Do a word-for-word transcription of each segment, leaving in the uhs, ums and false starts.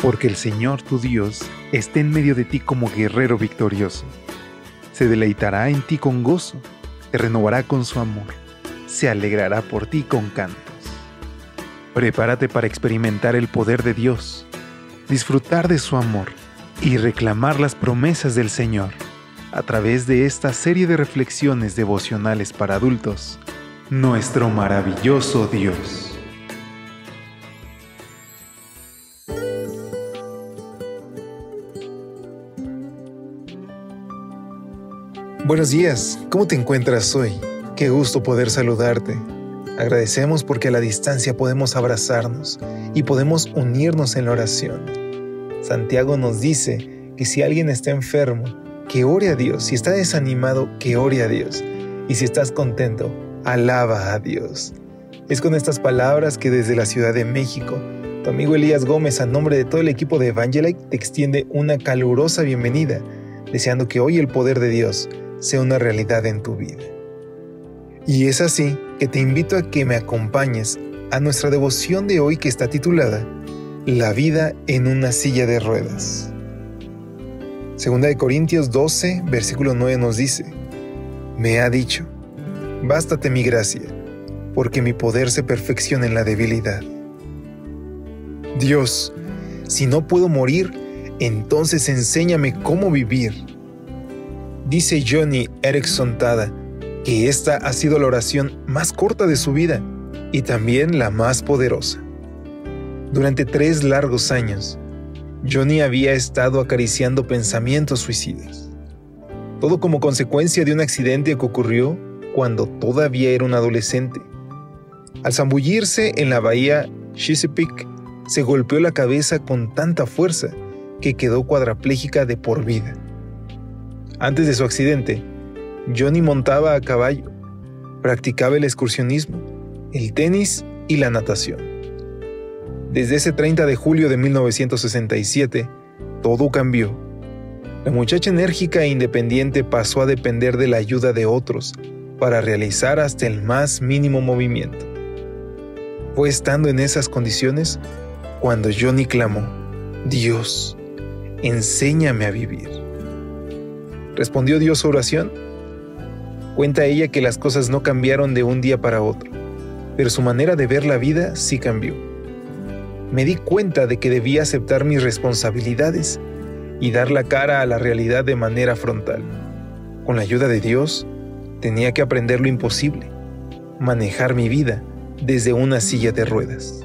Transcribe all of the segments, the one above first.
porque el Señor tu Dios está en medio de ti como guerrero victorioso. Se deleitará en ti con gozo, te renovará con su amor, se alegrará por ti con cantos. Prepárate para experimentar el poder de Dios, disfrutar de su amor y reclamar las promesas del Señor a través de esta serie de reflexiones devocionales para adultos, Nuestro maravilloso Dios. Buenos días, ¿cómo te encuentras hoy? Qué gusto poder saludarte. Agradecemos porque a la distancia podemos abrazarnos y podemos unirnos en la oración. Santiago nos dice que si alguien está enfermo, que ore a Dios. Si está desanimado, que ore a Dios. Y si estás contento, alaba a Dios. Es con estas palabras que desde la Ciudad de México, tu amigo Elías Gómez, a nombre de todo el equipo de Evangelite, te extiende una calurosa bienvenida, deseando que hoy el poder de Dios sea una realidad en tu vida. Y es así que te invito a que me acompañes a nuestra devoción de hoy, que está titulada La vida en una silla de ruedas. Segunda de Corintios doce, versículo nueve nos dice: Me ha dicho, bástate mi gracia, porque mi poder se perfecciona en la debilidad. Dios, si no puedo morir, entonces enséñame cómo vivir. Dice Joni Eareckson Tada que esta ha sido la oración más corta de su vida y también la más poderosa. Durante tres largos años, Joni había estado acariciando pensamientos suicidas. Todo como consecuencia de un accidente que ocurrió cuando todavía era un adolescente. Al zambullirse en la bahía Chesapeake, se golpeó la cabeza con tanta fuerza que quedó cuadraplégica de por vida. Antes de su accidente, Joni montaba a caballo, practicaba el excursionismo, el tenis y la natación. Desde ese treinta de julio de mil novecientos sesenta y siete, todo cambió. La muchacha enérgica e independiente pasó a depender de la ayuda de otros para realizar hasta el más mínimo movimiento. Fue estando en esas condiciones cuando Joni clamó: Dios, enséñame a vivir. ¿Respondió Dios su oración? Cuenta ella que las cosas no cambiaron de un día para otro, pero su manera de ver la vida sí cambió. Me di cuenta de que debía aceptar mis responsabilidades y dar la cara a la realidad de manera frontal. Con la ayuda de Dios, tenía que aprender lo imposible: manejar mi vida desde una silla de ruedas.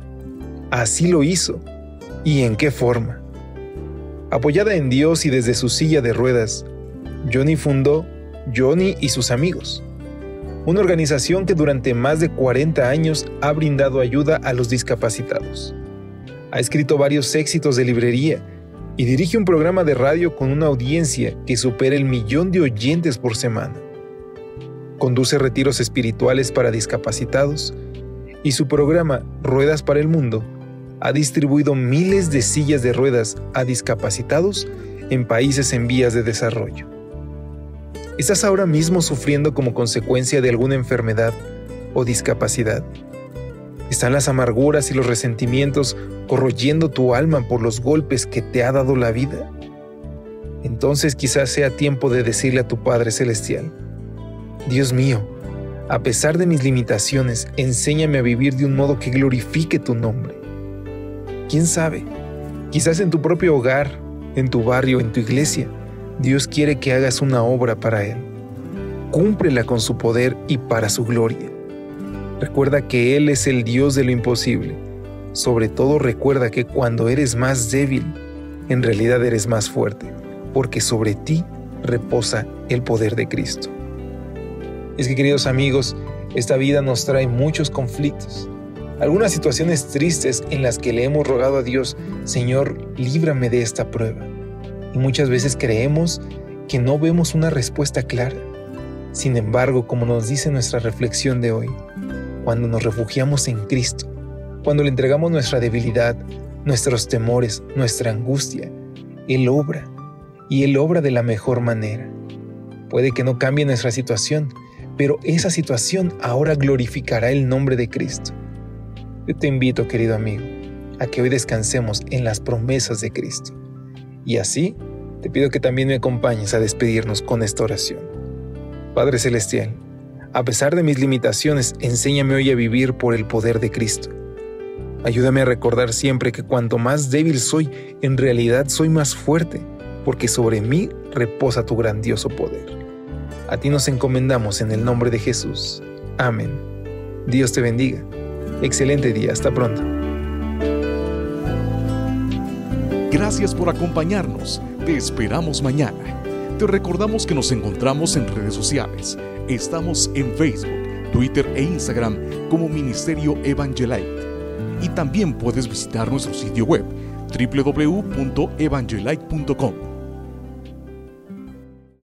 Así lo hizo. ¿Y en qué forma? Apoyada en Dios y desde su silla de ruedas, Joni fundó Joni y sus amigos, una organización que durante más de cuarenta años ha brindado ayuda a los discapacitados. Ha escrito varios éxitos de librería y dirige un programa de radio con una audiencia que supera el millón de oyentes por semana. Conduce retiros espirituales para discapacitados y su programa Ruedas para el Mundo ha distribuido miles de sillas de ruedas a discapacitados en países en vías de desarrollo. ¿Estás ahora mismo sufriendo como consecuencia de alguna enfermedad o discapacidad? ¿Están las amarguras y los resentimientos corroyendo tu alma por los golpes que te ha dado la vida? Entonces quizás sea tiempo de decirle a tu Padre Celestial: Dios mío, a pesar de mis limitaciones, enséñame a vivir de un modo que glorifique tu nombre. ¿Quién sabe? Quizás en tu propio hogar, en tu barrio, en tu iglesia, Dios quiere que hagas una obra para Él. Cúmplela con su poder y para su gloria. Recuerda que Él es el Dios de lo imposible. Sobre todo recuerda que cuando eres más débil, en realidad eres más fuerte, porque sobre ti reposa el poder de Cristo. Es que, queridos amigos, esta vida nos trae muchos conflictos, algunas situaciones tristes en las que le hemos rogado a Dios: Señor, líbrame de esta prueba. Y muchas veces creemos que no vemos una respuesta clara. Sin embargo, como nos dice nuestra reflexión de hoy, cuando nos refugiamos en Cristo, cuando le entregamos nuestra debilidad, nuestros temores, nuestra angustia, Él obra, y Él obra de la mejor manera. Puede que no cambie nuestra situación, pero esa situación ahora glorificará el nombre de Cristo. Yo te invito, querido amigo, a que hoy descansemos en las promesas de Cristo. Y así, te pido que también me acompañes a despedirnos con esta oración. Padre Celestial, a pesar de mis limitaciones, enséñame hoy a vivir por el poder de Cristo. Ayúdame a recordar siempre que cuanto más débil soy, en realidad soy más fuerte, porque sobre mí reposa tu grandioso poder. A ti nos encomendamos en el nombre de Jesús. Amén. Dios te bendiga. Excelente día. Hasta pronto. Gracias por acompañarnos. Te esperamos mañana. Te recordamos que nos encontramos en redes sociales. Estamos en Facebook, Twitter e Instagram como Ministerio Evangelite. Y también puedes visitar nuestro sitio web doble u doble u doble u punto evangelite punto com.